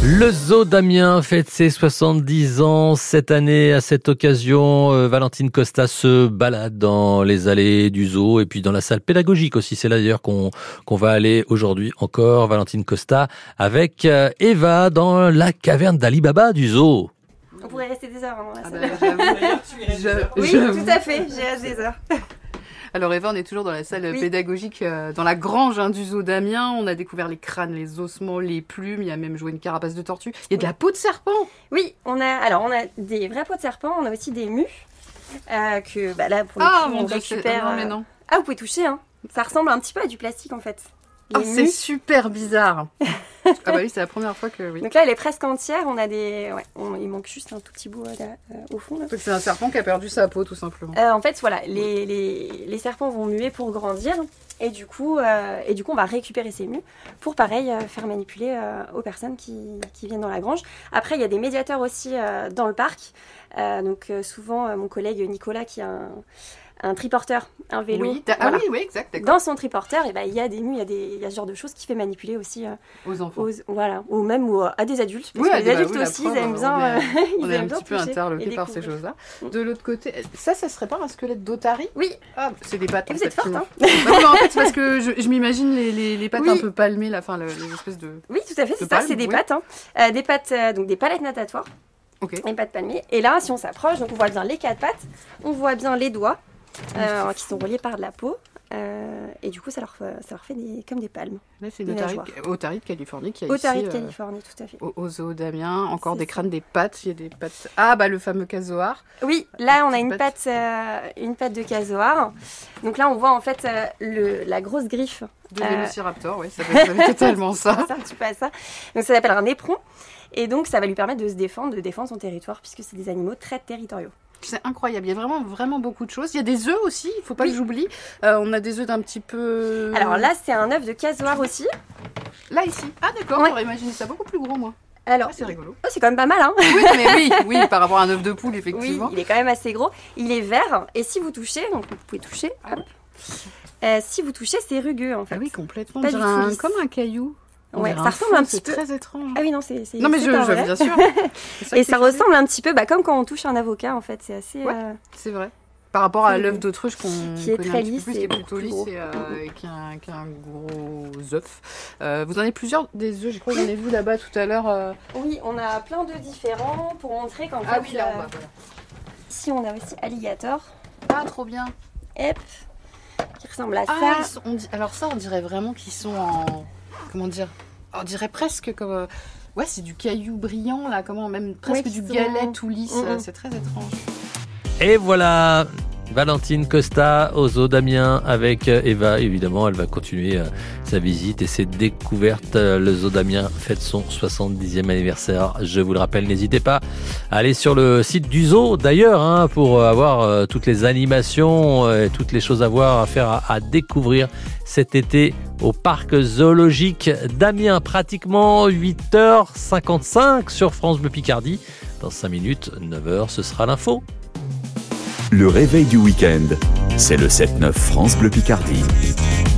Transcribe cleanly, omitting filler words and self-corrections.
Le zoo d'Amiens fête ses 70 ans cette année. À cette occasion, Valentine Costa se balade dans les allées du zoo et puis dans la salle pédagogique aussi. C'est là d'ailleurs qu'on va aller aujourd'hui encore. Valentine Costa avec Eva dans la caverne d'Ali Baba du zoo. On pourrait rester des heures dans la salle. Oui, tout à fait, j'ai resté des heures. Alors Eva, on est toujours dans la salle pédagogique, dans la grange du zoo d'Amiens. On a découvert les crânes, les ossements, les plumes. Il y a même joué une carapace de tortue. Il y a de la peau de serpent. Oui, on a des vraies peaux de serpent. On a aussi des mus que là pour le coup on récupère. Non, mais non. Ah, vous pouvez toucher. Hein. Ça ressemble un petit peu à du plastique en fait. C'est super bizarre. Ah bah oui, c'est la première fois que oui. Donc là, elle est presque entière. On a il manque juste un tout petit bout au fond. Là. C'est un serpent qui a perdu sa peau, tout simplement. En fait, voilà, les serpents vont muer pour grandir, et du coup, on va récupérer ces mus pour, pareil, faire manipuler aux personnes qui viennent dans la grange. Après, il y a des médiateurs aussi dans le parc. Souvent, mon collègue Nicolas qui a un triporteur, un vélo. Oui, oui, exact. Dans son triporteur, il y a des mus, il y a ce genre de choses qui fait manipuler aussi aux enfants. Ou même à des adultes. Parce que les adultes aussi, ils aiment bien. On est un petit peu interloqués par ces choses-là. De l'autre côté, ça serait pas un squelette d'otarie ? Oui. Ah, c'est des pattes. Et vous êtes forte, hein ? En fait, c'est parce que je m'imagine les pattes un peu palmées, les espèces de. Oui, tout à fait, c'est ça, c'est des pattes. Des pattes, donc des palettes natatoires. Ok. Des pattes palmées. Et là, si on s'approche, donc on voit bien les 4 pattes, on voit bien les doigts. Qui sont reliés par de la peau et du coup ça leur fait comme des palmes. Là c'est une otarie de Californie qui a otarie ici de Californie, tout à fait. Au zoo d'Amiens, encore des crânes, des pattes, il y a des pattes. Ah le fameux casoar. Oui, là on a une patte de casoar. Donc là on voit en fait la grosse griffe de Vélociraptor, oui, ça fait totalement ça. C'est un petit peu à ça. Donc ça s'appelle un éperon et donc ça va lui permettre de se défendre, de défendre son territoire puisque c'est des animaux très territoriaux. C'est incroyable, il y a vraiment beaucoup de choses. Il y a des œufs aussi, il ne faut pas que j'oublie. On a des œufs d'un petit peu... Alors là, c'est un œuf de casoar aussi. Là, ici. Ah d'accord, j'aurais imaginé ça beaucoup plus gros, moi. Alors, c'est rigolo. Oh, c'est quand même pas mal, hein. Oui, par rapport à un œuf de poule, effectivement. Oui, il est quand même assez gros. Il est vert, et si vous touchez, donc vous pouvez toucher, hop. Si vous touchez, c'est rugueux, en fait. Ah oui, complètement. Comme un caillou. Ouais, ça ressemble un petit peu. C'est très étrange. Ah oui, non, c'est. Non, mais bien sûr. Et ça ressemble un petit peu, comme quand on touche un avocat, en fait. C'est assez. Ouais, c'est vrai. Par rapport à l'œuf d'autruche qu'on qui est très lisse, qui est plutôt lisse et qui a un gros œuf. Vous en avez plusieurs des œufs, je crois que j'en ai vu là-bas tout à l'heure. Oui, on a plein d'œufs différents pour montrer qu'en fait. Ah oui, là, on va. Ici, on a aussi alligator. Ah, trop bien. Hop. Qui ressemble à ça. Alors ça, on dirait vraiment qu'ils sont en... Comment dire ? On dirait presque comme... Ouais, c'est du caillou brillant, là, même presque du galet tout lisse. C'est très étrange. Et voilà, Valentine Costa au zoo d'Amiens avec Eva. Évidemment, elle va continuer sa visite et ses découvertes. Le zoo d'Amiens fête son 70e anniversaire. Je vous le rappelle, n'hésitez pas à aller sur le site du zoo d'ailleurs pour avoir toutes les animations et toutes les choses à voir, à faire, à découvrir cet été au parc zoologique d'Amiens. Pratiquement 8h55 sur France Bleu Picardie. Dans 5 minutes, 9h, ce sera l'info. Le réveil du week-end, c'est le 7-9 France Bleu Picardie.